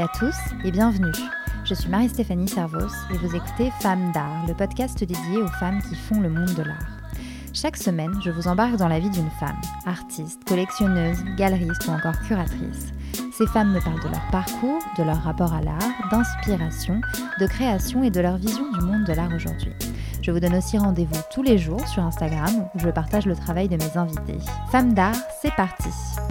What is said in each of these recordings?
à tous et bienvenue. Je suis Marie-Stéphanie Servos et vous écoutez Femmes d'art, le podcast dédié aux femmes qui font le monde de l'art. Chaque semaine, je vous embarque dans la vie d'une femme, artiste, collectionneuse, galeriste ou encore curatrice. Ces femmes me parlent de leur parcours, de leur rapport à l'art, d'inspiration, de création et de leur vision du monde de l'art aujourd'hui. Je vous donne aussi rendez-vous tous les jours sur Instagram où je partage le travail de mes invités. Femmes d'art, c'est parti!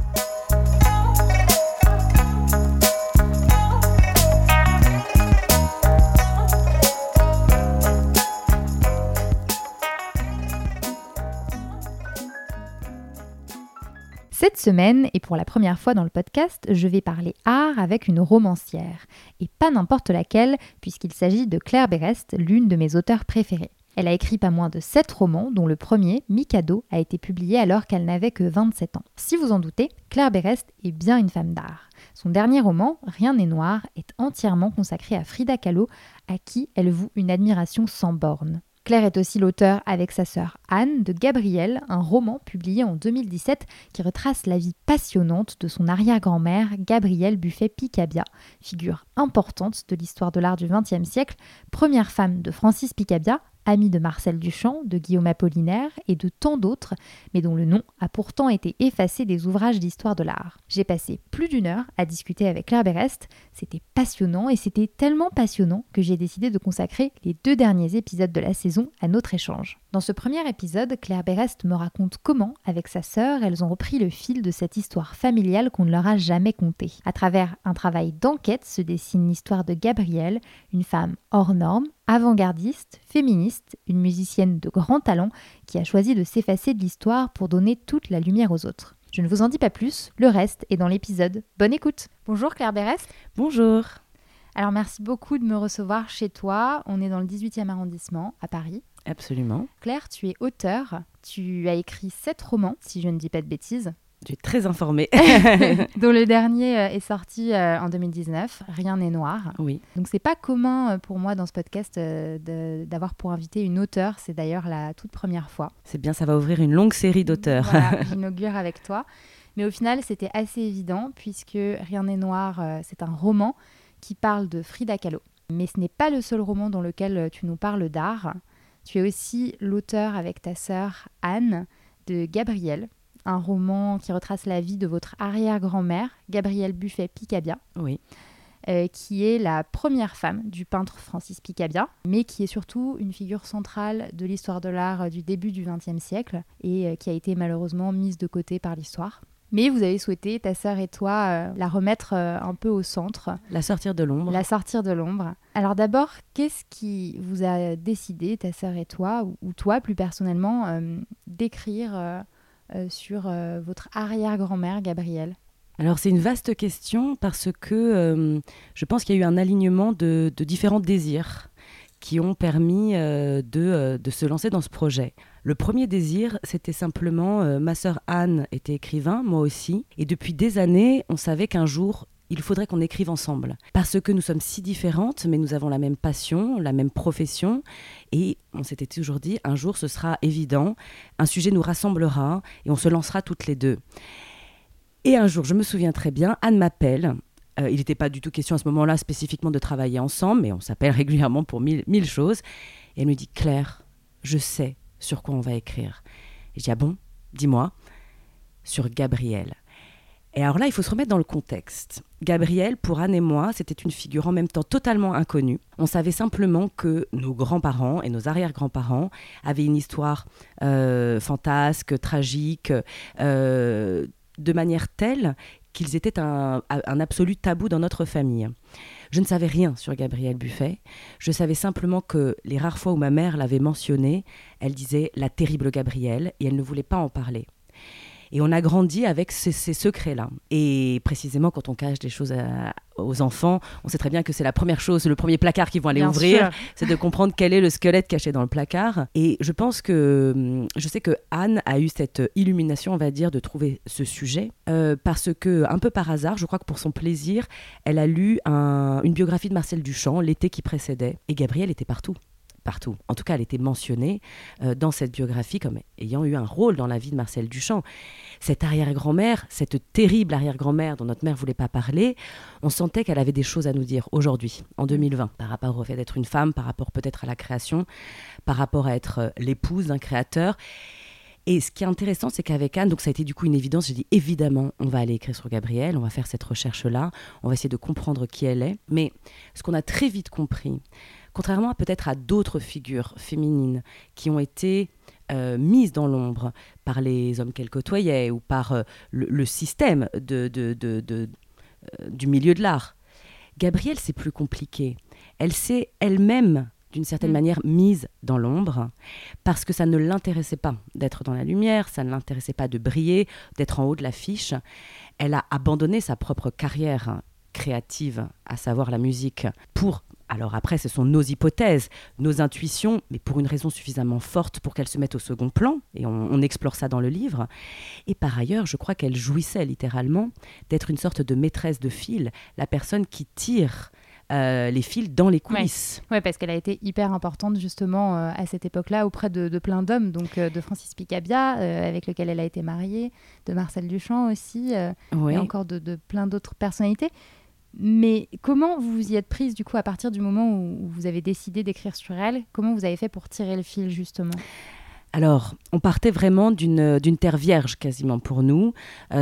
Cette semaine, et pour la première fois dans le podcast, je vais parler art avec une romancière. Et pas n'importe laquelle, puisqu'il s'agit de Claire Berest, l'une de mes auteurs préférées. Elle a écrit pas moins de 7 romans, dont le premier, Mikado, a été publié alors qu'elle n'avait que 27 ans. Si vous en doutez, Claire Berest est bien une femme d'art. Son dernier roman, Rien n'est noir, est entièrement consacré à Frida Kahlo, à qui elle voue une admiration sans bornes. Claire est aussi l'auteure, avec sa sœur Anne, de Gabrielle, un roman publié en 2017 qui retrace la vie passionnante de son arrière-grand-mère, Gabrielle Buffet-Picabia, figure importante de l'histoire de l'art du XXe siècle, première femme de Francis Picabia, amie de Marcel Duchamp, de Guillaume Apollinaire et de tant d'autres, mais dont le nom a pourtant été effacé des ouvrages d'histoire de l'art. J'ai passé plus d'1 heure à discuter avec Claire Berest, c'était passionnant et c'était tellement passionnant que j'ai décidé de consacrer les 2 derniers épisodes de la saison à notre échange. Dans ce premier épisode, Claire Berest me raconte comment, avec sa sœur, elles ont repris le fil de cette histoire familiale qu'on ne leur a jamais contée. À travers un travail d'enquête se dessine l'histoire de Gabrielle, une femme hors norme, avant-gardiste, féministe, une musicienne de grand talent qui a choisi de s'effacer de l'histoire pour donner toute la lumière aux autres. Je ne vous en dis pas plus, le reste est dans l'épisode. Bonne écoute. Bonjour Claire Berest. Bonjour. Alors merci beaucoup de me recevoir chez toi. On est dans le 18e arrondissement, à Paris. Absolument. Claire, tu es auteure. Tu as écrit 7 romans, si je ne dis pas de bêtises. Tu es très informée. Dont le dernier est sorti en 2019, Rien n'est noir. Oui. Donc c'est pas commun pour moi dans ce podcast d'avoir pour invité une auteure. C'est d'ailleurs la toute première fois. C'est bien, ça va ouvrir une longue série d'auteurs. Voilà, j'inaugure avec toi. Mais au final, c'était assez évident puisque Rien n'est noir, c'est un roman qui parle de Frida Kahlo. Mais ce n'est pas le seul roman dans lequel tu nous parles d'art. Tu es aussi l'auteur avec ta sœur Anne de Gabrielle, un roman qui retrace la vie de votre arrière-grand-mère, Gabrielle Buffet-Picabia, oui. Qui est la première femme du peintre Francis Picabia, mais qui est surtout une figure centrale de l'histoire de l'art du début du XXe siècle et qui a été malheureusement mise de côté par l'histoire. Mais vous avez souhaité, ta sœur et toi, la remettre un peu au centre. La sortir de l'ombre. La sortir de l'ombre. Alors d'abord, qu'est-ce qui vous a décidé, ta sœur et toi, ou toi plus personnellement, d'écrire sur votre arrière-grand-mère, Gabrielle? Alors c'est une vaste question parce que je pense qu'il y a eu un alignement de différents désirs qui ont permis de se lancer dans ce projet. Le premier désir, c'était simplement, ma sœur Anne était écrivain, moi aussi, et depuis des années, on savait qu'un jour, il faudrait qu'on écrive ensemble. Parce que nous sommes si différentes, mais nous avons la même passion, la même profession, et on s'était toujours dit, un jour ce sera évident, un sujet nous rassemblera, et on se lancera toutes les deux. Et un jour, je me souviens très bien, Anne m'appelle. Il n'était pas du tout question à ce moment-là spécifiquement de travailler ensemble, mais on s'appelle régulièrement pour mille choses. Et elle me dit, Claire, je sais sur quoi on va écrire. Et je dis, ah bon, dis-moi, sur Gabrielle. Et alors là, il faut se remettre dans le contexte. Gabrielle, pour Anne et moi, c'était une figure en même temps totalement inconnue. On savait simplement que nos grands-parents et nos arrière-grands-parents avaient une histoire fantasque, tragique, de manière telle qu'ils étaient un absolu tabou dans notre famille. Je ne savais rien sur Gabrielle Buffet. Je savais simplement que les rares fois où ma mère l'avait mentionnée, elle disait « la terrible Gabrielle » et elle ne voulait pas en parler. Et on a grandi avec ces secrets-là. Et précisément, quand on cache des choses aux enfants, on sait très bien que c'est la première chose, le premier placard qu'ils vont aller ouvrir, c'est de comprendre quel est le squelette caché dans le placard. Et je pense que, je sais que Anne a eu cette illumination, on va dire, de trouver ce sujet, parce que, un peu par hasard, je crois que pour son plaisir, elle a lu une biographie de Marcel Duchamp, l'été qui précédait. Et Gabrielle était partout. partout. En tout cas, elle était mentionnée dans cette biographie comme ayant eu un rôle dans la vie de Marcel Duchamp. Cette arrière-grand-mère, cette terrible arrière-grand-mère dont notre mère ne voulait pas parler, on sentait qu'elle avait des choses à nous dire aujourd'hui, en 2020, par rapport au fait d'être une femme, par rapport peut-être à la création, par rapport à être l'épouse d'un créateur. Et ce qui est intéressant, c'est qu'avec Anne, donc ça a été du coup une évidence, j'ai dit évidemment, on va aller écrire sur Gabrielle, on va faire cette recherche-là, on va essayer de comprendre qui elle est. Mais ce qu'on a très vite compris, contrairement peut-être à d'autres figures féminines qui ont été mises dans l'ombre par les hommes qu'elles côtoyaient ou par le système du milieu de l'art, Gabrielle, c'est plus compliqué. Elle s'est elle-même d'une certaine manière mise dans l'ombre, parce que ça ne l'intéressait pas d'être dans la lumière, ça ne l'intéressait pas de briller, d'être en haut de l'affiche. Elle a abandonné sa propre carrière créative, à savoir la musique, pour... Alors après, ce sont nos hypothèses, nos intuitions, mais pour une raison suffisamment forte pour qu'elles se mettent au second plan, et on explore ça dans le livre. Et par ailleurs, je crois qu'elle jouissait littéralement d'être une sorte de maîtresse de fil, la personne qui tire les fils dans les coulisses. Oui, parce qu'elle a été hyper importante justement à cette époque-là auprès de plein d'hommes, donc de Francis Picabia, avec lequel elle a été mariée, de Marcel Duchamp aussi, et encore de plein d'autres personnalités. Mais comment vous vous y êtes prise du coup à partir du moment où vous avez décidé d'écrire sur elle? Comment vous avez fait pour tirer le fil justement? Alors, on partait vraiment d'une terre vierge quasiment pour nous.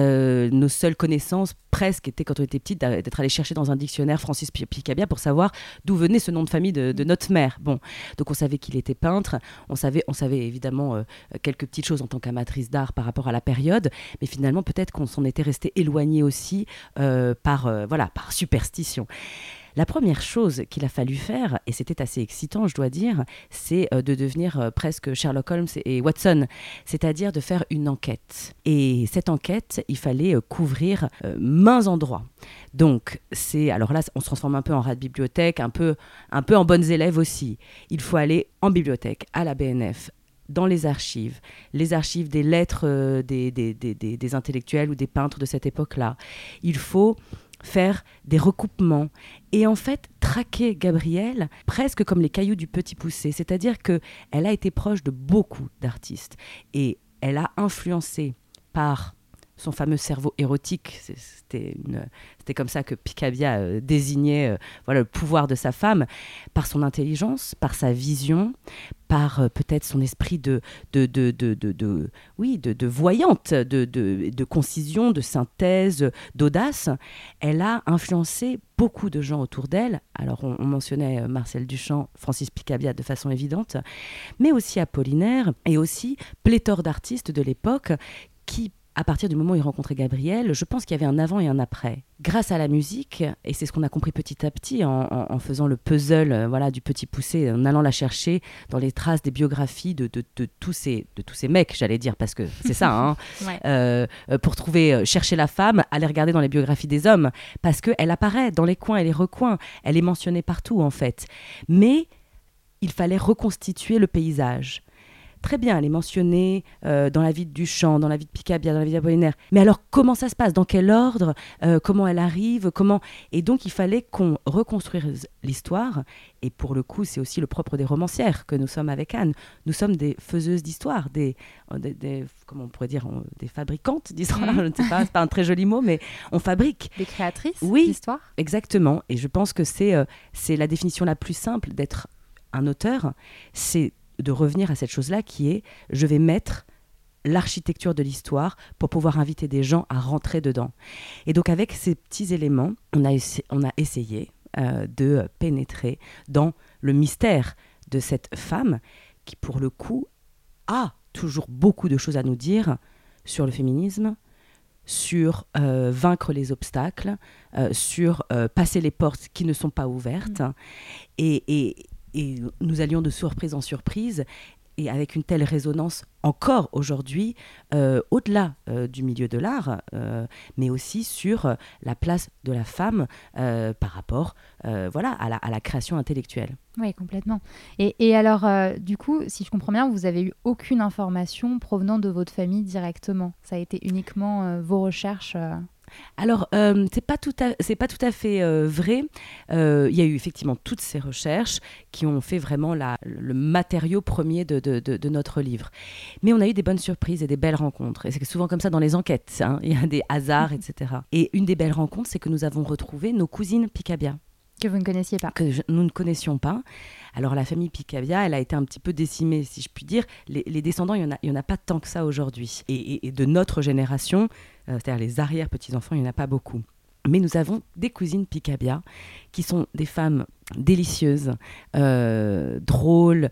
Nos seules connaissances presque étaient, quand on était petite, d'être allé chercher dans un dictionnaire Francis Picabia pour savoir d'où venait ce nom de famille de notre mère. Bon, donc on savait qu'il était peintre, on savait évidemment quelques petites choses en tant qu'amatrice d'art par rapport à la période, mais finalement peut-être qu'on s'en était resté éloigné aussi par superstition. La première chose qu'il a fallu faire, et c'était assez excitant, je dois dire, c'est de devenir presque Sherlock Holmes et Watson, c'est-à-dire de faire une enquête. Et cette enquête, il fallait couvrir maints endroits. Donc, alors là, on se transforme un peu en rat de bibliothèque, un peu en bonnes élèves aussi. Il faut aller en bibliothèque, à la BNF, dans les archives des lettres des intellectuels ou des peintres de cette époque-là. Il faut faire des recoupements et en fait traquer Gabrielle presque comme les cailloux du Petit Poucet, c'est-à-dire qu'elle a été proche de beaucoup d'artistes et elle a influencé par son fameux cerveau érotique, c'était comme ça que Picabia désignait le pouvoir de sa femme, par son intelligence, par sa vision, par peut-être son esprit de voyante, de concision, de synthèse, d'audace. Elle a influencé beaucoup de gens autour d'elle. Alors on mentionnait Marcel Duchamp, Francis Picabia de façon évidente, mais aussi Apollinaire et aussi pléthore d'artistes de l'époque qui, à partir du moment où il rencontrait Gabrielle, je pense qu'il y avait un avant et un après. Grâce à la musique, et c'est ce qu'on a compris petit à petit en faisant le puzzle du Petit Poucet, en allant la chercher dans les traces des biographies de tous ces mecs, j'allais dire, parce que c'est ça, ouais. Pour chercher la femme, aller regarder dans les biographies des hommes, parce qu'elle apparaît dans les coins et les recoins, elle est mentionnée partout en fait. Mais il fallait reconstituer le paysage. Très bien, elle est mentionnée dans la vie de Duchamp, dans la vie de Picabia, dans la vie d'Apollinaire. Mais alors, comment ça se passe? Dans quel ordre? Comment elle arrive? Et donc, il fallait qu'on reconstruise l'histoire. Et pour le coup, c'est aussi le propre des romancières que nous sommes avec Anne. Nous sommes des faiseuses d'histoire, comment on pourrait dire, des fabricantes d'histoire. Je ne sais pas, c'est pas un très joli mot, mais on fabrique. Des créatrices Oui, d'histoire. exactement. Et je pense que c'est la définition la plus simple d'être un auteur. C'est de revenir à cette chose-là qui est « je vais mettre l'architecture de l'histoire pour pouvoir inviter des gens à rentrer dedans ». Et donc avec ces petits éléments, on a essayé de pénétrer dans le mystère de cette femme qui pour le coup a toujours beaucoup de choses à nous dire sur le féminisme, sur vaincre les obstacles, sur passer les portes qui ne sont pas ouvertes. Et nous allions de surprise en surprise, et avec une telle résonance encore aujourd'hui, au-delà du milieu de l'art, mais aussi sur la place de la femme par rapport à la création intellectuelle. Oui, complètement. Et alors, du coup, si je comprends bien, vous n'avez eu aucune information provenant de votre famille directement. Ça a été uniquement vos recherches Alors, c'est pas tout à fait vrai. Il y a eu effectivement toutes ces recherches qui ont fait vraiment le matériau premier de notre livre. Mais on a eu des bonnes surprises et des belles rencontres. Et c'est souvent comme ça dans les enquêtes, hein. Il y a des hasards, etc. Et une des belles rencontres, c'est que nous avons retrouvé nos cousines Picabia. Que vous ne connaissiez pas. Nous ne connaissions pas. Alors la famille Picabia, elle a été un petit peu décimée, si je puis dire. Les descendants, il y en a pas tant que ça aujourd'hui. Et de notre génération, c'est-à-dire les arrière-petits-enfants, il n'y en a pas beaucoup. Mais nous avons des cousines Picabia qui sont des femmes délicieuses, drôles,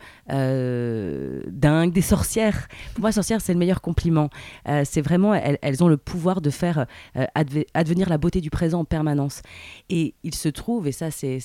dingues, des sorcières. Pour moi, sorcières, c'est le meilleur compliment. C'est vraiment, elles ont le pouvoir de faire advenir la beauté du présent en permanence. Et il se trouve, et ça c'est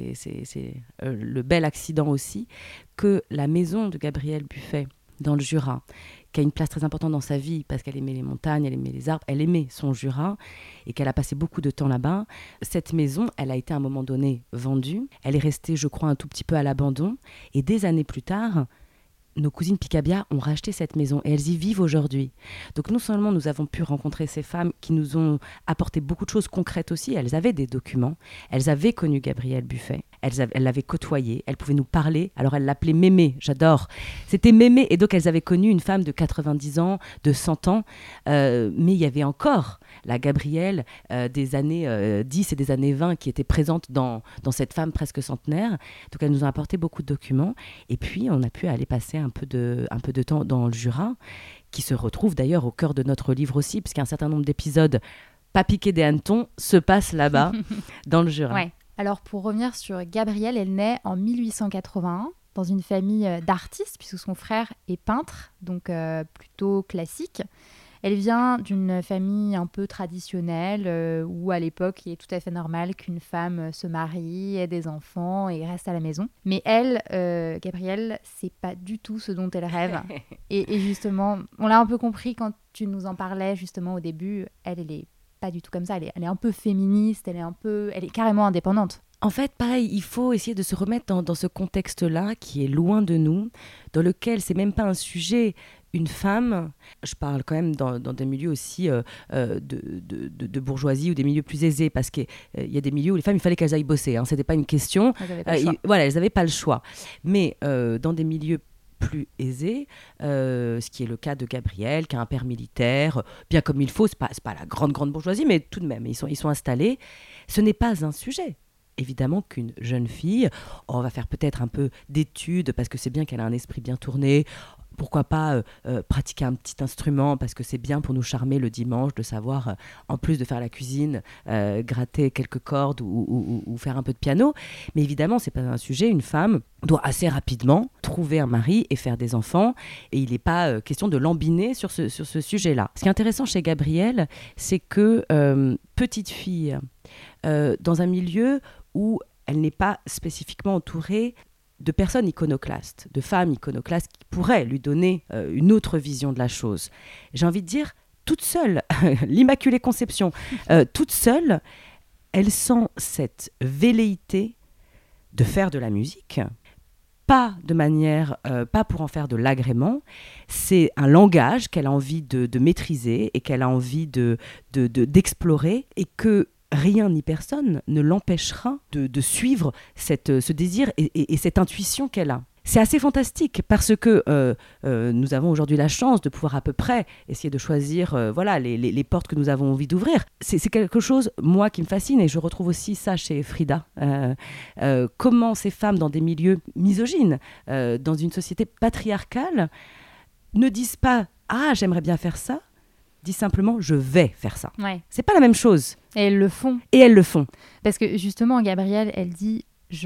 le bel accident aussi, que la maison de Gabrielle Buffet, dans le Jura, qui a une place très importante dans sa vie parce qu'elle aimait les montagnes, elle aimait les arbres, elle aimait son Jura et qu'elle a passé beaucoup de temps là-bas. Cette maison, elle a été à un moment donné vendue. Elle est restée, je crois, un tout petit peu à l'abandon. Et des années plus tard, nos cousines Picabia ont racheté cette maison et elles y vivent aujourd'hui. Donc non seulement nous avons pu rencontrer ces femmes qui nous ont apporté beaucoup de choses concrètes aussi, elles avaient des documents, elles avaient connu Gabrielle Buffet, elles l'avaient côtoyée, elles pouvaient nous parler, alors elles l'appelaient Mémé, j'adore. C'était Mémé et donc elles avaient connu une femme de 90 ans, de 100 ans, mais il y avait encore la Gabrielle des années 10 et des années 20 qui était présente dans cette femme presque centenaire. Donc elles nous ont apporté beaucoup de documents et puis on a pu aller passer un peu de temps dans le Jura, qui se retrouve d'ailleurs au cœur de notre livre aussi, puisqu'un certain nombre d'épisodes pas piqués des hannetons se passent là-bas, dans le Jura. Ouais. Alors pour revenir sur Gabrielle, elle naît en 1881 dans une famille d'artistes, puisque son frère est peintre, donc plutôt classique. Elle vient d'une famille un peu traditionnelle, où à l'époque, il est tout à fait normal qu'une femme se marie, ait des enfants et reste à la maison. Mais elle, Gabrielle, c'est pas du tout ce dont elle rêve. Et justement, on l'a un peu compris quand tu nous en parlais justement au début, elle est pas du tout comme ça. Elle est un peu féministe, elle est carrément indépendante. En fait, pareil, il faut essayer de se remettre dans ce contexte-là qui est loin de nous, dans lequel c'est même pas un sujet. Une femme, je parle quand même dans des milieux aussi de bourgeoisie ou des milieux plus aisés, parce qu'il y a des milieux où les femmes, il fallait qu'elles aillent bosser, hein, c'était pas une question. Elles n'avaient pas le choix. Voilà, elles n'avaient pas le choix. Mais dans des milieux plus aisés, ce qui est le cas de Gabrielle, qui a un père militaire, bien comme il faut, c'est pas la grande bourgeoisie, mais tout de même, ils sont installés. Ce n'est pas un sujet. Évidemment qu'une jeune fille, on va faire peut-être un peu d'études parce que c'est bien qu'elle a un esprit bien tourné. Pourquoi pas pratiquer un petit instrument parce que c'est bien pour nous charmer le dimanche de savoir, en plus de faire la cuisine, gratter quelques cordes ou faire un peu de piano. Mais évidemment, c'est pas un sujet. Une femme doit assez rapidement trouver un mari et faire des enfants. Et il n'est pas question de lambiner sur ce sujet-là. Ce qui est intéressant chez Gabrielle, c'est que petite fille, dans un milieu où elle n'est pas spécifiquement entourée de personnes iconoclastes, de femmes iconoclastes qui pourraient lui donner une autre vision de la chose. J'ai envie de dire, toute seule, l'Immaculée Conception, toute seule, elle sent cette velléité de faire de la musique, pas de manière, pas pour en faire de l'agrément. C'est un langage qu'elle a envie de maîtriser et qu'elle a envie d'explorer et que rien ni personne ne l'empêchera de suivre ce désir et cette intuition qu'elle a. C'est assez fantastique parce que nous avons aujourd'hui la chance de pouvoir à peu près essayer de choisir les portes que nous avons envie d'ouvrir. C'est quelque chose, moi, qui me fascine et je retrouve aussi ça chez Frida. Comment ces femmes dans des milieux misogynes, dans une société patriarcale, ne disent pas « Ah, j'aimerais bien faire ça », disent simplement « Je vais faire ça ». Ouais. C'est pas la même chose. Et elles le font. Et elles le font. Parce que justement, Gabrielle, elle dit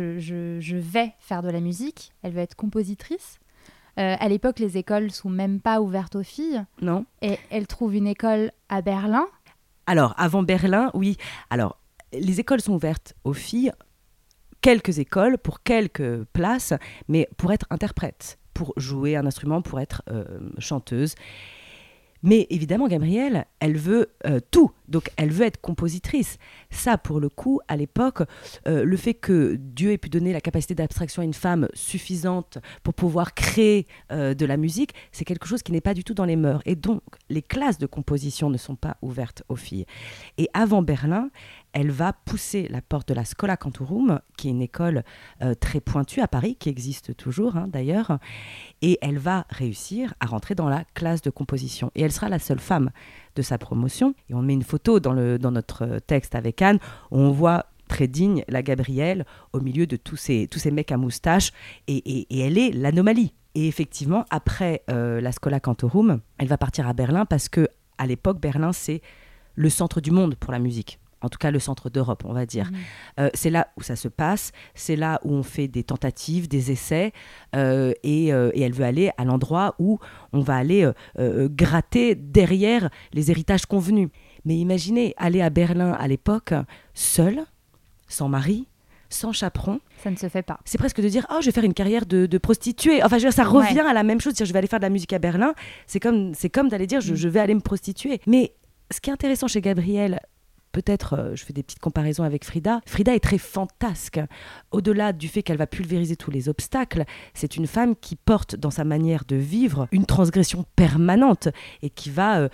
je vais faire de la musique, elle veut être compositrice. À l'époque, les écoles sont même pas ouvertes aux filles. Non. Et elle trouve une école à Berlin. Alors, avant Berlin, oui. Alors, les écoles sont ouvertes aux filles, quelques écoles, pour quelques places, mais pour être interprète, pour jouer un instrument, pour être chanteuse. Mais évidemment, Gabrielle, elle veut tout. Donc, elle veut être compositrice. Ça, pour le coup, à l'époque, le fait que Dieu ait pu donner la capacité d'abstraction à une femme suffisante pour pouvoir créer de la musique, c'est quelque chose qui n'est pas du tout dans les mœurs. Et donc, les classes de composition ne sont pas ouvertes aux filles. Et avant Berlin, elle va pousser la porte de la Schola Cantorum, qui est une école très pointue à Paris, qui existe toujours d'ailleurs, et elle va réussir à rentrer dans la classe de composition. Et elle sera la seule femme de sa promotion. Et on met une photo dans notre texte avec Anne, où on voit très digne la Gabrielle au milieu de tous ces mecs à moustache, et elle est l'anomalie. Et effectivement, après la Schola Cantorum, elle va partir à Berlin parce que à l'époque, Berlin, c'est le centre du monde pour la musique. En tout cas, le centre d'Europe, on va dire. C'est là où ça se passe, c'est là où on fait des tentatives, des essais, et elle veut aller à l'endroit où on va aller gratter derrière les héritages convenus. Mais imaginez, aller à Berlin à l'époque, seule, sans mari, sans chaperon. Ça ne se fait pas. C'est presque de dire, je vais faire une carrière de prostituée. Enfin, je veux dire, ça revient à la même chose. Dire, je vais aller faire de la musique à Berlin. C'est comme d'aller dire, je vais aller me prostituer. Mais ce qui est intéressant chez Gabrielle, peut-être, je fais des petites comparaisons avec Frida. Frida est très fantasque. Au-delà du fait qu'elle va pulvériser tous les obstacles, c'est une femme qui porte dans sa manière de vivre une transgression permanente et qui va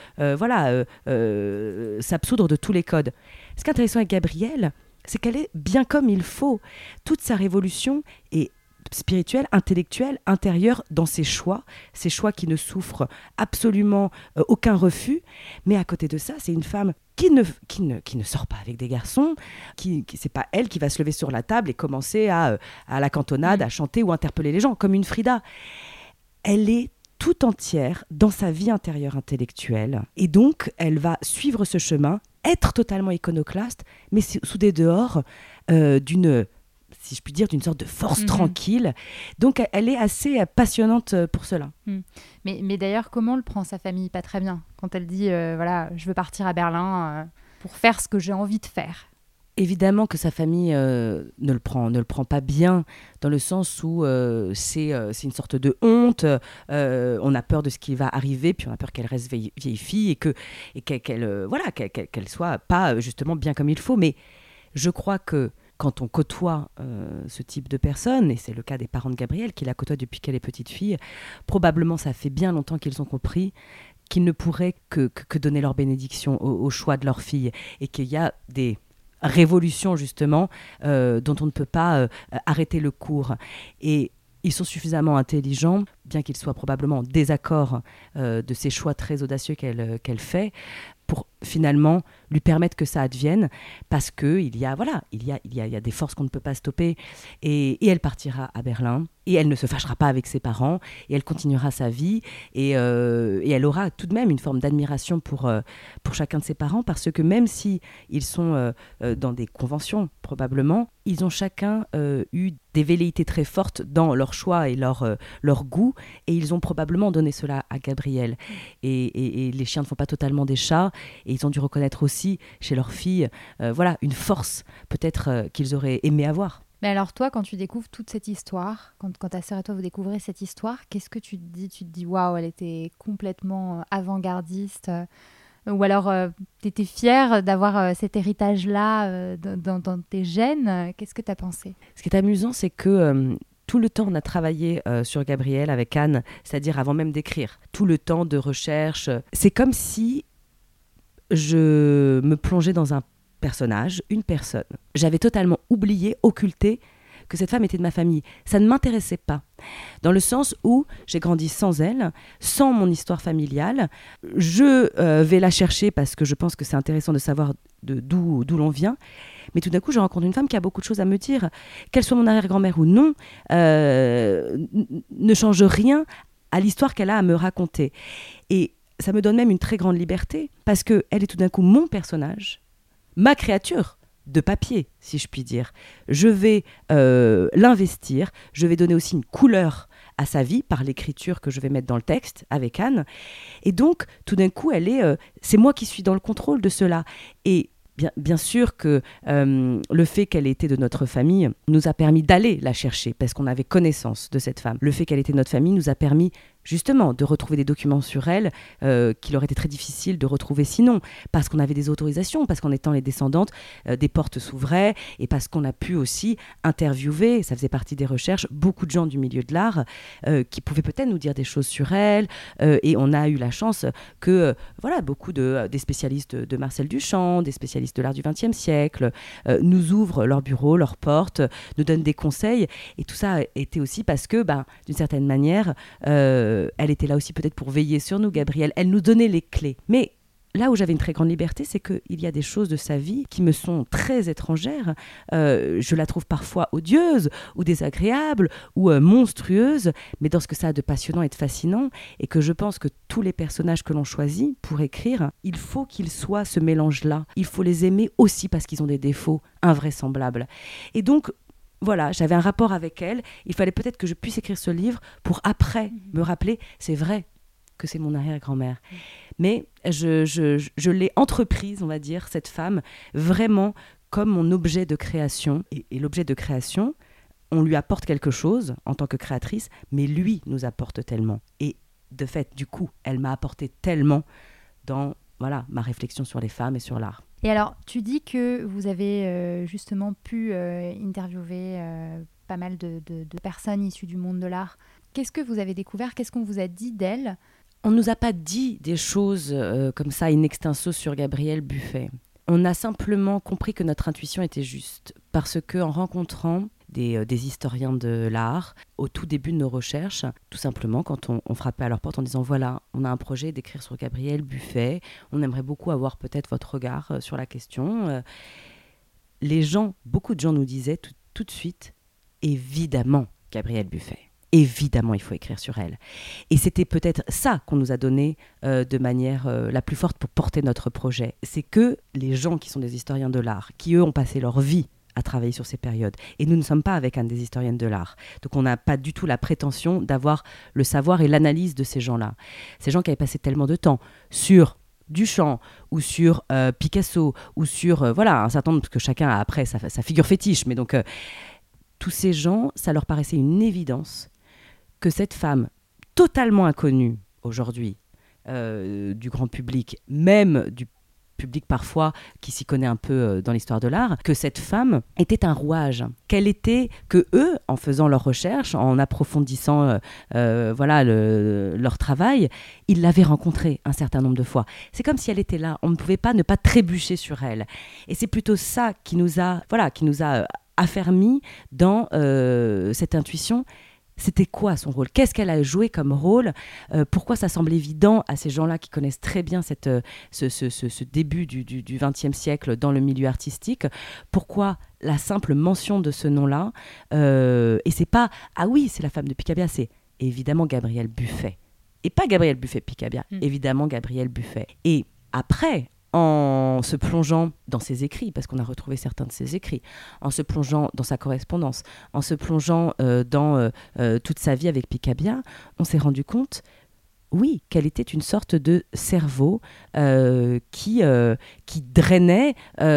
s'absoudre de tous les codes. Ce qui est intéressant avec Gabrielle, c'est qu'elle est bien comme il faut. Toute sa révolution est spirituelle, intellectuelle, intérieure dans ses choix qui ne souffrent absolument aucun refus. Mais à côté de ça, c'est une femme qui ne sort pas avec des garçons, c'est pas elle qui va se lever sur la table et commencer à la cantonade, à chanter ou interpeller les gens, comme une Frida. Elle est tout entière dans sa vie intérieure intellectuelle. Et donc, elle va suivre ce chemin, être totalement iconoclaste, mais sous des dehors d'une sorte de force tranquille. Donc, elle est assez passionnante pour cela. Mais d'ailleurs, comment le prend sa famille ? Pas très bien. Quand elle dit, je veux partir à Berlin pour faire ce que j'ai envie de faire. Évidemment que sa famille ne le prend pas bien, dans le sens où c'est une sorte de honte. On a peur de ce qui va arriver, puis on a peur qu'elle reste vieille fille et qu'elle soit pas justement bien comme il faut. Mais je crois que quand on côtoie ce type de personnes, et c'est le cas des parents de Gabrielle, qui la côtoient depuis qu'elle est petite fille, probablement ça fait bien longtemps qu'ils ont compris qu'ils ne pourraient que donner leur bénédiction au choix de leur fille, et qu'il y a des révolutions justement dont on ne peut pas arrêter le cours. Et ils sont suffisamment intelligents, bien qu'ils soient probablement en désaccord de ces choix très audacieux qu'elle fait, pour finalement lui permettre que ça advienne, parce qu'il y a des forces qu'on ne peut pas stopper. Et elle partira à Berlin, et elle ne se fâchera pas avec ses parents, et elle continuera sa vie, et elle aura tout de même une forme d'admiration pour chacun de ses parents, parce que même si ils sont dans des conventions, probablement, ils ont chacun eu des velléités très fortes dans leur choix et leur goût, et ils ont probablement donné cela à Gabrielle. Et les chiens ne font pas totalement des chats, et ils ont dû reconnaître aussi chez leur fille une force peut-être qu'ils auraient aimé avoir. Mais alors toi, quand tu découvres toute cette histoire, quand ta sœur et toi vous découvrez cette histoire, qu'est-ce que tu te dis ? Tu te dis waouh, elle était complètement avant-gardiste, ou alors tu étais fière d'avoir cet héritage-là dans tes gènes. Qu'est-ce que tu as pensé ? Ce qui est amusant, c'est que tout le temps, on a travaillé sur Gabrielle avec Anne, c'est-à-dire avant même d'écrire. Tout le temps de recherche. C'est comme si je me plongeais dans un personnage, une personne. J'avais totalement oublié, occulté que cette femme était de ma famille. Ça ne m'intéressait pas. Dans le sens où j'ai grandi sans elle, sans mon histoire familiale. Je vais la chercher parce que je pense que c'est intéressant de savoir d'où l'on vient. Mais tout d'un coup, je rencontre une femme qui a beaucoup de choses à me dire. Qu'elle soit mon arrière-grand-mère ou non, ne change rien à l'histoire qu'elle a à me raconter. Et ça me donne même une très grande liberté, parce qu'elle est tout d'un coup mon personnage, ma créature de papier, si je puis dire. Je vais l'investir, je vais donner aussi une couleur à sa vie par l'écriture que je vais mettre dans le texte avec Anne. Et donc, tout d'un coup, c'est moi qui suis dans le contrôle de cela. Et bien sûr que le fait qu'elle ait été de notre famille nous a permis d'aller la chercher, parce qu'on avait connaissance de cette femme. Le fait qu'elle était de notre famille nous a permis justement, de retrouver des documents sur elle qu'il aurait été très difficile de retrouver sinon, parce qu'on avait des autorisations, parce qu'en étant les descendantes, des portes s'ouvraient, et parce qu'on a pu aussi interviewer, ça faisait partie des recherches, beaucoup de gens du milieu de l'art qui pouvaient peut-être nous dire des choses sur elle, et on a eu la chance que beaucoup des spécialistes de Marcel Duchamp, des spécialistes de l'art du XXe siècle, nous ouvrent leurs bureaux, leurs portes, nous donnent des conseils, et tout ça était aussi parce que, d'une certaine manière, elle était là aussi peut-être pour veiller sur nous, Gabrielle. Elle nous donnait les clés. Mais là où j'avais une très grande liberté, c'est qu'il y a des choses de sa vie qui me sont très étrangères. Je la trouve parfois odieuse ou désagréable ou monstrueuse, mais dans ce que ça a de passionnant et de fascinant, et que je pense que tous les personnages que l'on choisit pour écrire, il faut qu'ils soient ce mélange-là. Il faut les aimer aussi parce qu'ils ont des défauts invraisemblables. Et donc, voilà, j'avais un rapport avec elle. Il fallait peut-être que je puisse écrire ce livre pour après me rappeler, c'est vrai que c'est mon arrière-grand-mère. Mais je l'ai entreprise, on va dire, cette femme, vraiment comme mon objet de création. Et l'objet de création, on lui apporte quelque chose en tant que créatrice, mais lui nous apporte tellement. Et de fait, du coup, elle m'a apporté tellement dans ma réflexion sur les femmes et sur l'art. Et alors, tu dis que vous avez justement pu interviewer pas mal de personnes issues du monde de l'art. Qu'est-ce que vous avez découvert ? Qu'est-ce qu'on vous a dit d'elle ? On ne nous a pas dit des choses comme ça in extenso sur Gabrielle Buffet. On a simplement compris que notre intuition était juste. Parce qu'en rencontrant des historiens de l'art, au tout début de nos recherches, tout simplement quand on frappait à leur porte en disant voilà, on a un projet d'écrire sur Gabrielle Buffet, on aimerait beaucoup avoir peut-être votre regard sur la question. Beaucoup de gens nous disaient tout de suite, évidemment Gabrielle Buffet. Évidemment, il faut écrire sur elle. Et c'était peut-être ça qu'on nous a donné de manière la plus forte pour porter notre projet. C'est que les gens qui sont des historiens de l'art, qui eux ont passé leur vie à travailler sur ces périodes. Et nous ne sommes pas avec un des historiennes de l'art. Donc on n'a pas du tout la prétention d'avoir le savoir et l'analyse de ces gens-là. Ces gens qui avaient passé tellement de temps sur Duchamp ou sur Picasso ou sur un certain nombre, parce que chacun a après sa figure fétiche. Mais donc tous ces gens, ça leur paraissait une évidence que cette femme totalement inconnue aujourd'hui du grand public, même du public parfois qui s'y connaît un peu dans l'histoire de l'art, que cette femme était un rouage, que eux, en faisant leurs recherches, en approfondissant leur travail, ils l'avaient rencontrée un certain nombre de fois. C'est comme si elle était là, on ne pouvait pas ne pas trébucher sur elle. Et c'est plutôt ça qui nous a affermis dans cette intuition. C'était quoi son rôle ? Qu'est-ce qu'elle a joué comme rôle ? Pourquoi ça semble évident à ces gens-là qui connaissent très bien ce début du XXe siècle dans le milieu artistique ? Pourquoi la simple mention de ce nom-là ? Et c'est pas « Ah oui, c'est la femme de Picabia », c'est évidemment Gabrielle Buffet. Et pas Gabrielle Buffet-Picabia, évidemment Gabrielle Buffet. Et après, en se plongeant dans ses écrits, parce qu'on a retrouvé certains de ses écrits, en se plongeant dans sa correspondance, en se plongeant dans toute sa vie avec Picabia, on s'est rendu compte, oui, qu'elle était une sorte de cerveau qui drainait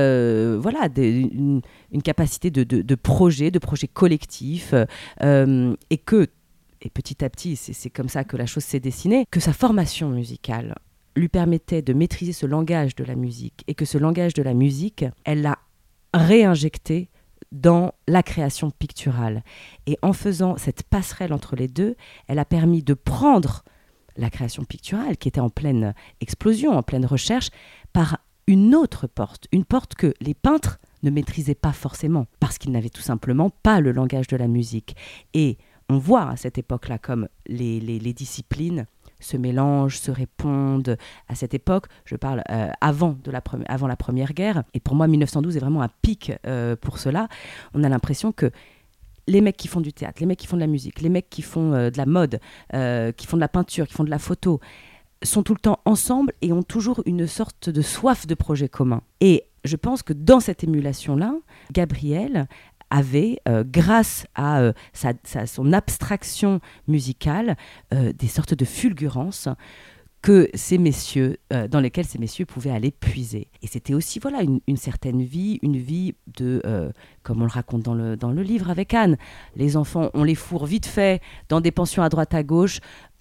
une capacité de projet collectif, et petit à petit, c'est comme ça que la chose s'est dessinée, que sa formation musicale lui permettait de maîtriser ce langage de la musique, et que ce langage de la musique, elle l'a réinjecté dans la création picturale. Et en faisant cette passerelle entre les deux, elle a permis de prendre la création picturale, qui était en pleine explosion, en pleine recherche, par une autre porte, une porte que les peintres ne maîtrisaient pas forcément, parce qu'ils n'avaient tout simplement pas le langage de la musique. Et on voit à cette époque-là comme les disciplines se mélangent, se répondent. À cette époque, je parle avant la Première Guerre, et pour moi 1912 est vraiment un pic pour cela. On a l'impression que les mecs qui font du théâtre, les mecs qui font de la musique, les mecs qui font de la mode, qui font de la peinture, qui font de la photo, sont tout le temps ensemble et ont toujours une sorte de soif de projet commun. Et je pense que dans cette émulation-là, Gabrielle avait, grâce à son abstraction musicale, des sortes de fulgurances que ces messieurs, dans lesquels ces messieurs pouvaient aller puiser. Et c'était aussi une certaine vie, une vie de, comme on le raconte dans le livre avec Anne, les enfants, on les fourre vite fait dans des pensions à droite à gauche,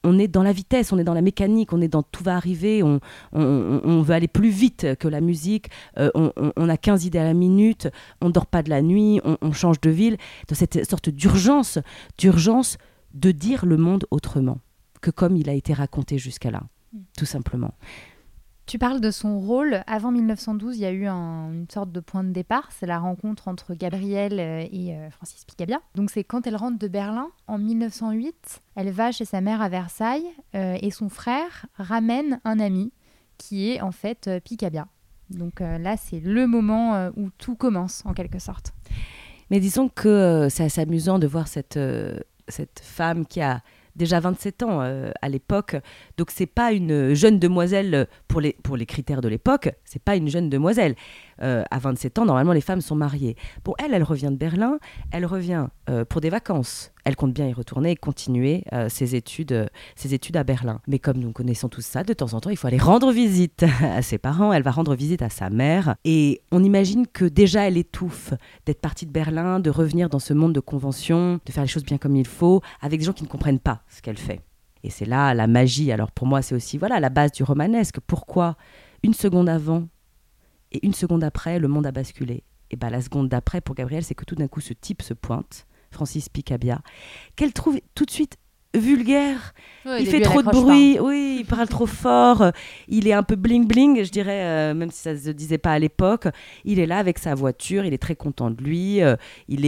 on est dans la vitesse, on est dans la mécanique, on est dans tout va arriver, on veut aller plus vite que la musique, on a 15 idées à la minute, on ne dort pas de la nuit, on change de ville, dans cette sorte d'urgence de dire le monde autrement que comme il a été raconté jusqu'à là, tout simplement. Tu parles de son rôle. Avant 1912, il y a eu une sorte de point de départ. C'est la rencontre entre Gabrielle et Francis Picabia. Donc c'est quand elle rentre de Berlin, en 1908, elle va chez sa mère à Versailles et son frère ramène un ami qui est en fait Picabia. Donc là, c'est le moment où tout commence, en quelque sorte. Mais disons que c'est assez amusant de voir cette femme qui a déjà 27 ans à l'époque. Donc, c'est pas une jeune demoiselle pour les critères de l'époque. C'est pas une jeune demoiselle. À 27 ans, normalement, les femmes sont mariées. Bon, elle revient de Berlin. Elle revient pour des vacances. Elle compte bien y retourner et continuer ses études à Berlin. Mais comme nous connaissons tous ça, de temps en temps, il faut aller rendre visite à ses parents. Elle va rendre visite à sa mère. Et on imagine que déjà, elle étouffe d'être partie de Berlin, de revenir dans ce monde de conventions, de faire les choses bien comme il faut, avec des gens qui ne comprennent pas ce qu'elle fait. Et c'est là la magie. Alors pour moi, c'est aussi la base du romanesque. Pourquoi une seconde avant et une seconde après, le monde a basculé? Et la seconde d'après, pour Gabrielle, c'est que tout d'un coup, ce type se pointe, Francis Picabia, qu'elle trouve tout de suite vulgaire. Il fait trop de bruit, oui, il parle trop fort, il est un peu bling-bling, je dirais, même si ça ne se disait pas à l'époque. Il est là avec sa voiture, il est très content de lui, il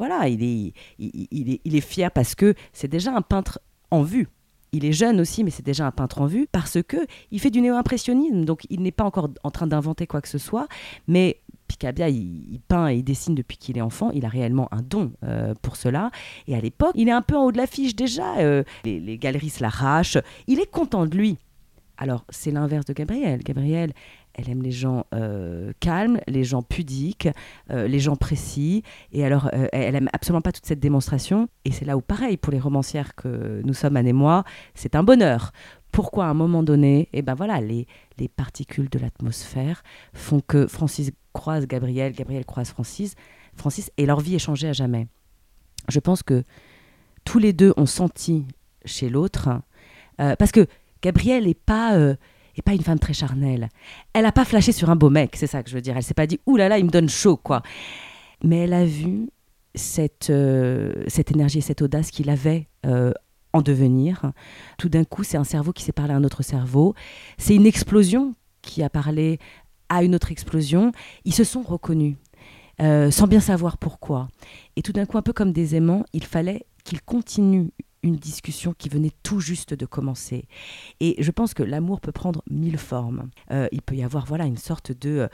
est fier parce que c'est déjà un peintre en vue. Il est jeune aussi, mais c'est déjà un peintre en vue parce qu'il fait du néo-impressionnisme, donc il n'est pas encore en train d'inventer quoi que ce soit, mais Picabia, il peint et il dessine depuis qu'il est enfant, il a réellement un don pour cela, et à l'époque, il est un peu en haut de l'affiche déjà, les galeries se l'arrachent, il est content de lui. Alors, c'est l'inverse de Gabrielle. Gabrielle, elle aime les gens calmes, les gens pudiques, les gens précis. Et alors, elle aime absolument pas toute cette démonstration. Et c'est là où, pareil, pour les romancières que nous sommes, Anne et moi, c'est un bonheur. Pourquoi, à un moment donné, les particules de l'atmosphère font que Francis croise Gabrielle, Gabrielle croise Francis, et leur vie est changée à jamais. Je pense que tous les deux ont senti chez l'autre, parce que Gabrielle n'est pas une femme très charnelle. Elle n'a pas flashé sur un beau mec, c'est ça que je veux dire. Elle s'est pas dit « Ouh là là, il me donne chaud », quoi. Mais elle a vu cette énergie et cette audace qu'il avait en devenir. Tout d'un coup, c'est un cerveau qui s'est parlé à un autre cerveau. C'est une explosion qui a parlé à une autre explosion. Ils se sont reconnus, sans bien savoir pourquoi. Et tout d'un coup, un peu comme des aimants, il fallait qu'ils continuent une discussion qui venait tout juste de commencer. Et je pense que l'amour peut prendre 1000 formes. Il peut y avoir une sorte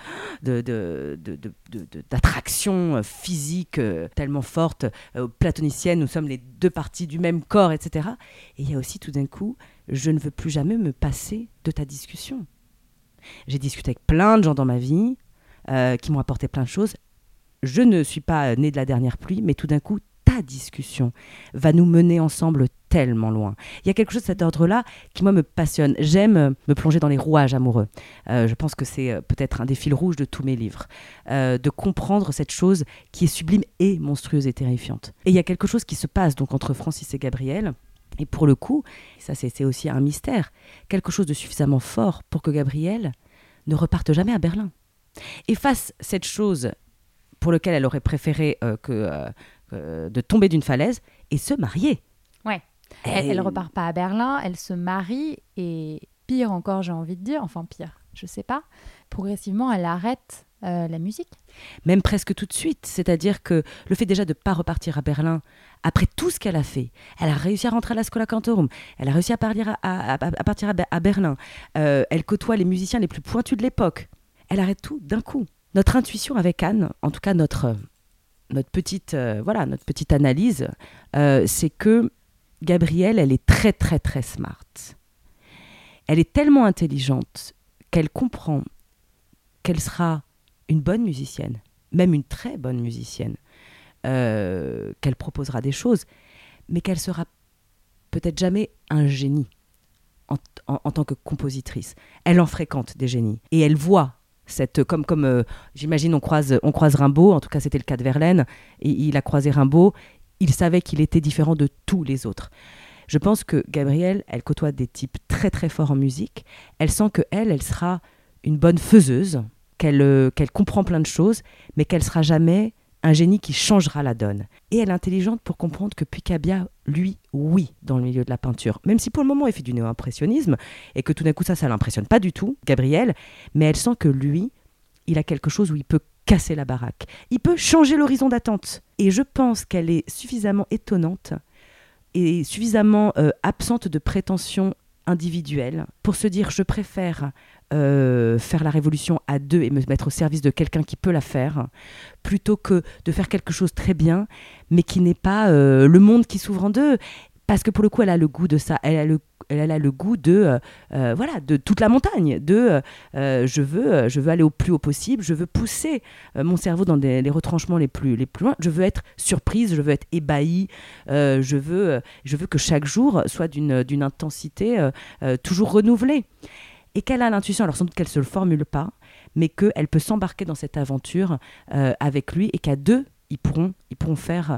d'attraction physique tellement forte, platonicienne, nous sommes les deux parties du même corps, etc. Et il y a aussi tout d'un coup, je ne veux plus jamais me passer de ta discussion. J'ai discuté avec plein de gens dans ma vie qui m'ont apporté plein de choses. Je ne suis pas née de la dernière pluie, mais tout d'un coup, ta discussion va nous mener ensemble tellement loin. Il y a quelque chose de cet ordre-là qui, moi, me passionne. J'aime me plonger dans les rouages amoureux. Je pense que c'est peut-être un des fils rouges de tous mes livres, de comprendre cette chose qui est sublime et monstrueuse et terrifiante. Et il y a quelque chose qui se passe donc entre Francis et Gabrielle, et pour le coup, ça c'est aussi un mystère, quelque chose de suffisamment fort pour que Gabrielle ne reparte jamais à Berlin. Et face à cette chose pour laquelle elle aurait préféré de tomber d'une falaise et se marier. Ouais. Elle repart pas à Berlin, elle se marie et pire encore, j'ai envie de dire, enfin pire, je sais pas, progressivement elle arrête la musique. Même presque tout de suite, c'est-à-dire que le fait déjà de ne pas repartir à Berlin, après tout ce qu'elle a fait, elle a réussi à rentrer à la Schola Cantorum, elle a réussi à partir à Berlin, elle côtoie les musiciens les plus pointus de l'époque, elle arrête tout d'un coup. Notre intuition avec Anne, en tout cas notre petite analyse, c'est que Gabrielle, elle est très, très, très smart. Elle est tellement intelligente qu'elle comprend qu'elle sera une bonne musicienne, même une très bonne musicienne, qu'elle proposera des choses, mais qu'elle sera peut-être jamais un génie en tant que compositrice. Elle en fréquente des génies et elle voit comme j'imagine on croise Rimbaud, en tout cas c'était le cas de Verlaine, et il a croisé Rimbaud, il savait qu'il était différent de tous les autres. Je pense que Gabrielle, elle côtoie des types très très forts en musique. Elle sent qu'elle sera une bonne faiseuse, qu'elle comprend plein de choses, mais qu'elle sera jamais un génie qui changera la donne. Et elle est intelligente pour comprendre que Picabia, lui, oui, dans le milieu de la peinture, même si pour le moment il fait du néo-impressionnisme, et que tout d'un coup ça l'impressionne pas du tout, Gabrielle, mais elle sent que lui, il a quelque chose où il peut casser la baraque. Il peut changer l'horizon d'attente. Et je pense qu'elle est suffisamment étonnante et suffisamment absente de prétention individuelle pour se dire je préfère faire la révolution à deux et me mettre au service de quelqu'un qui peut la faire plutôt que de faire quelque chose très bien mais qui n'est pas le monde qui s'ouvre en deux, parce que pour le coup elle a le goût de ça, elle a le goût de de toute la montagne, je veux aller au plus haut possible, je veux pousser mon cerveau dans les retranchements les plus loin, je veux être surprise, je veux être ébahie, je veux que chaque jour soit d'une intensité toujours renouvelée, et qu'elle a l'intuition, alors sans doute qu'elle ne se le formule pas, mais qu'elle peut s'embarquer dans cette aventure avec lui, et qu'à deux ils pourront faire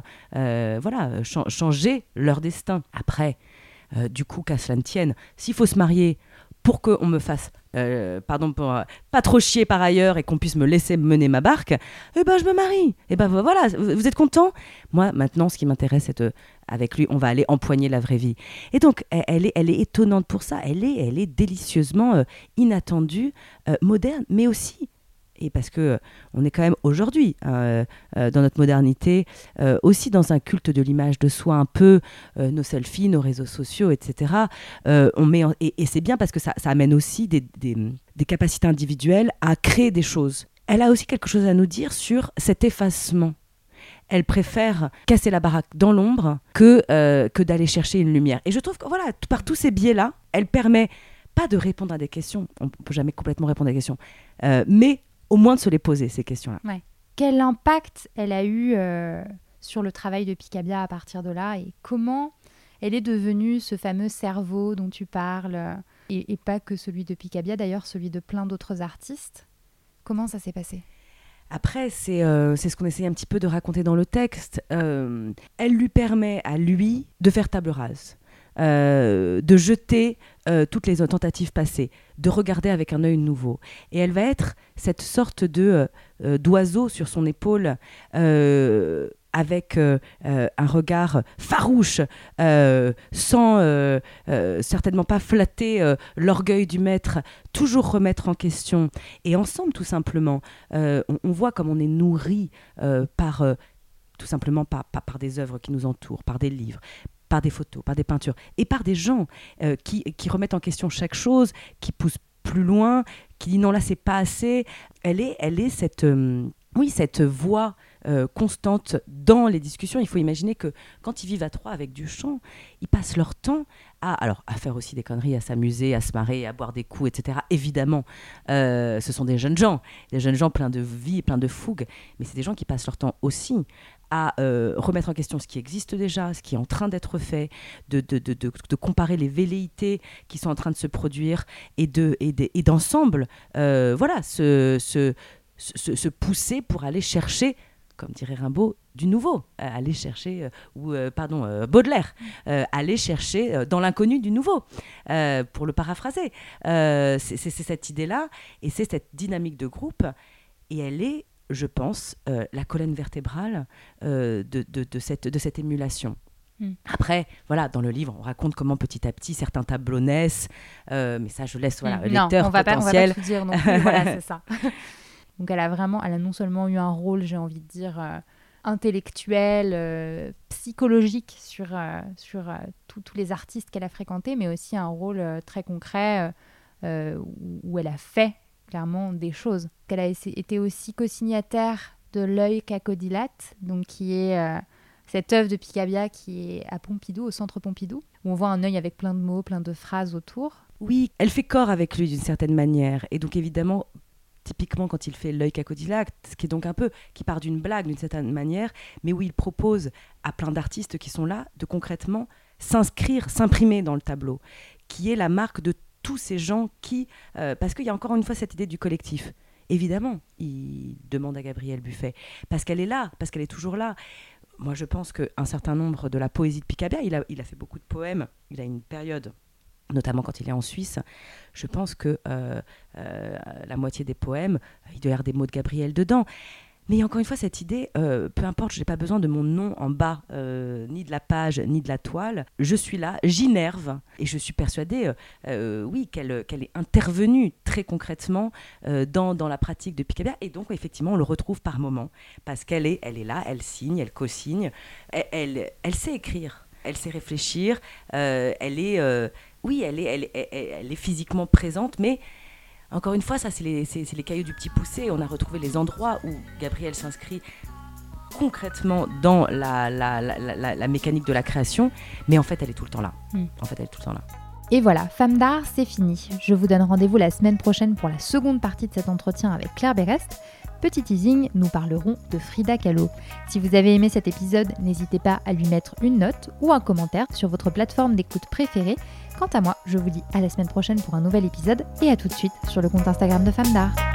changer leur destin. Après, du coup, qu'à cela ne tienne, s'il faut se marier pour qu'on me fasse, pour pas trop chier par ailleurs et qu'on puisse me laisser mener ma barque, eh ben je me marie. Et ben voilà, vous êtes content ? Moi, maintenant, ce qui m'intéresse, c'est avec lui, on va aller empoigner la vraie vie. Et donc, elle est étonnante pour ça. Elle est délicieusement inattendue, moderne, mais aussi. Et parce que on est quand même aujourd'hui, dans notre modernité, aussi dans un culte de l'image de soi un peu, nos selfies, nos réseaux sociaux, etc. Et c'est bien parce que ça amène aussi des capacités individuelles à créer des choses. Elle a aussi quelque chose à nous dire sur cet effacement. Elle préfère casser la baraque dans l'ombre que d'aller chercher une lumière. Et je trouve que voilà, par tous ces biais-là, elle permet pas de répondre à des questions. On ne peut jamais complètement répondre à des questions. Mais au moins de se les poser, ces questions-là. Ouais. Quel impact elle a eu sur le travail de Picabia à partir de là, et comment elle est devenue ce fameux cerveau dont tu parles, et pas que celui de Picabia, d'ailleurs, celui de plein d'autres artistes. Comment ça s'est passé ? Après, c'est ce qu'on essayait un petit peu de raconter dans le texte. Elle lui permet à lui de faire table rase. De jeter toutes les tentatives passées, de regarder avec un œil nouveau. Et elle va être cette sorte d'oiseau sur son épaule, avec un regard farouche, sans certainement pas flatter l'orgueil du maître, toujours remettre en question. Et ensemble, tout simplement, on voit comme on est nourri tout simplement par des œuvres qui nous entourent, par des livres, par des photos, par des peintures, et par des gens qui remettent en question chaque chose, qui poussent plus loin, qui disent non, là c'est pas assez. Elle est cette voix constante dans les discussions. Il faut imaginer que quand ils vivent à trois avec Duchamp, ils passent leur temps à faire aussi des conneries, à s'amuser, à se marrer, à boire des coups, etc. Évidemment, ce sont des jeunes gens pleins de vie, pleins de fougue, mais c'est des gens qui passent leur temps aussi à remettre en question ce qui existe déjà, ce qui est en train d'être fait, de comparer les velléités qui sont en train de se produire, et d'ensemble se pousser pour aller chercher, comme dirait Rimbaud, du nouveau, aller chercher, Baudelaire, aller chercher dans l'inconnu du nouveau, pour le paraphraser. C'est cette idée-là, et c'est cette dynamique de groupe, et elle est, je pense, la colonne vertébrale de cette émulation. Après, voilà, dans le livre, on raconte comment petit à petit certains tableaux naissent, mais ça, je laisse le lecteur potentiel. On va pas tout dire non plus, voilà, c'est ça. Donc elle a non seulement eu un rôle, j'ai envie de dire, intellectuel, psychologique sur tous les artistes qu'elle a fréquentés, mais aussi un rôle très concret où elle a fait clairement des choses. Elle a été aussi co-signataire de L'œil cacodilate, donc qui est cette œuvre de Picabia qui est à Pompidou, au centre Pompidou, où on voit un œil avec plein de mots, plein de phrases autour. Oui, elle fait corps avec lui d'une certaine manière, et donc évidemment, typiquement quand il fait L'œil cacodilate, qui part d'une blague d'une certaine manière, mais où il propose à plein d'artistes qui sont là de concrètement s'imprimer dans le tableau, qui est la marque de tous ces gens qui, parce qu'il y a encore une fois cette idée du collectif. Évidemment, il demande à Gabrielle Buffet, parce qu'elle est là, parce qu'elle est toujours là. moi je pense qu'un certain nombre de la poésie de Picabia, il a fait beaucoup de poèmes, il a une période, notamment quand il est en Suisse, je pense que la moitié des poèmes, il doit y avoir des mots de Gabriel dedans. Mais encore une fois, cette idée, peu importe, je n'ai pas besoin de mon nom en bas, ni de la page, ni de la toile. Je suis là, j'innerve, et je suis persuadée, oui, qu'elle est intervenue très concrètement dans la pratique de Picabia. Et donc, effectivement, on le retrouve par moments, parce qu'elle est là, elle signe, elle co-signe, elle sait écrire, elle sait réfléchir, elle est physiquement présente, mais... Encore une fois, ça c'est les cailloux du petit poucet. On a retrouvé les endroits où Gabriel s'inscrit concrètement dans la mécanique de la création, mais en fait elle est tout le temps là. Et voilà, Femmes d'art, c'est fini. Je vous donne rendez-vous la semaine prochaine pour la seconde partie de cet entretien avec Claire Berest. Petit teasing, nous parlerons de Frida Kahlo. Si vous avez aimé cet épisode, n'hésitez pas à lui mettre une note ou un commentaire sur votre plateforme d'écoute préférée. Quant à moi, je vous dis à la semaine prochaine pour un nouvel épisode et à tout de suite sur le compte Instagram de Femmes d'art.